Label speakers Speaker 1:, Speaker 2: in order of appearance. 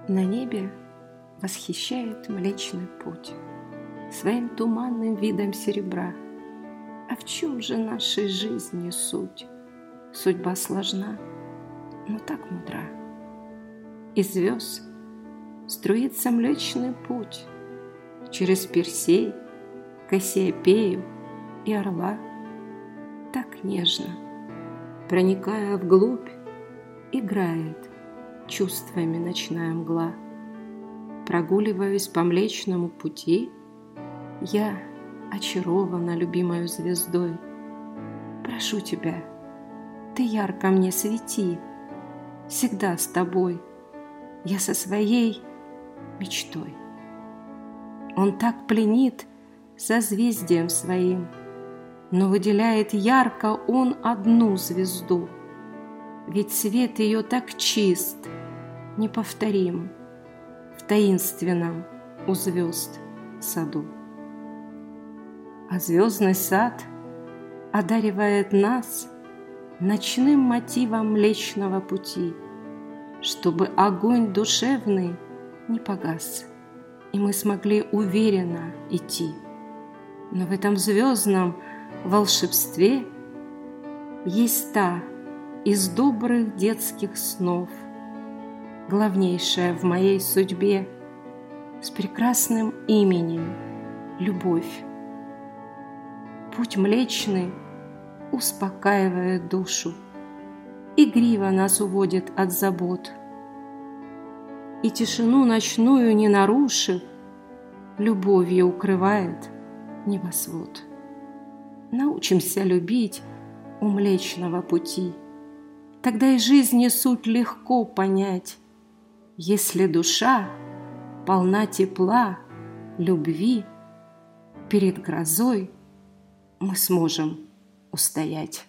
Speaker 1: На небе восхищает Млечный Путь своим туманным видом серебра. А в чем же нашей жизни суть? Судьба сложна, но так мудра. Из звезд струится Млечный Путь через Персей, Кассиопею и Орла. Так нежно, проникая вглубь, играет чувствами ночная мгла. Прогуливаясь по Млечному Пути, я очарована любимою звездой. Прошу тебя, ты ярко мне свети, всегда с тобой, я со своей мечтой. Он так пленит созвездием своим, но выделяет ярко он одну звезду, ведь свет ее так чист, неповторим в таинственном у звезд саду. А звездный сад одаривает нас ночным мотивом Млечного Пути, чтобы огонь душевный не погас, и мы смогли уверенно идти. Но в этом звездном волшебстве есть та из добрых детских снов, главнейшая в моей судьбе, с прекрасным именем любовь. Путь Млечный успокаивает душу, игриво нас уводит от забот, и тишину ночную не нарушив, любовью укрывает небосвод. Научимся любить у Млечного Пути, тогда и жизни суть легко понять, если душа полна тепла, любви, перед грозой мы сможем устоять.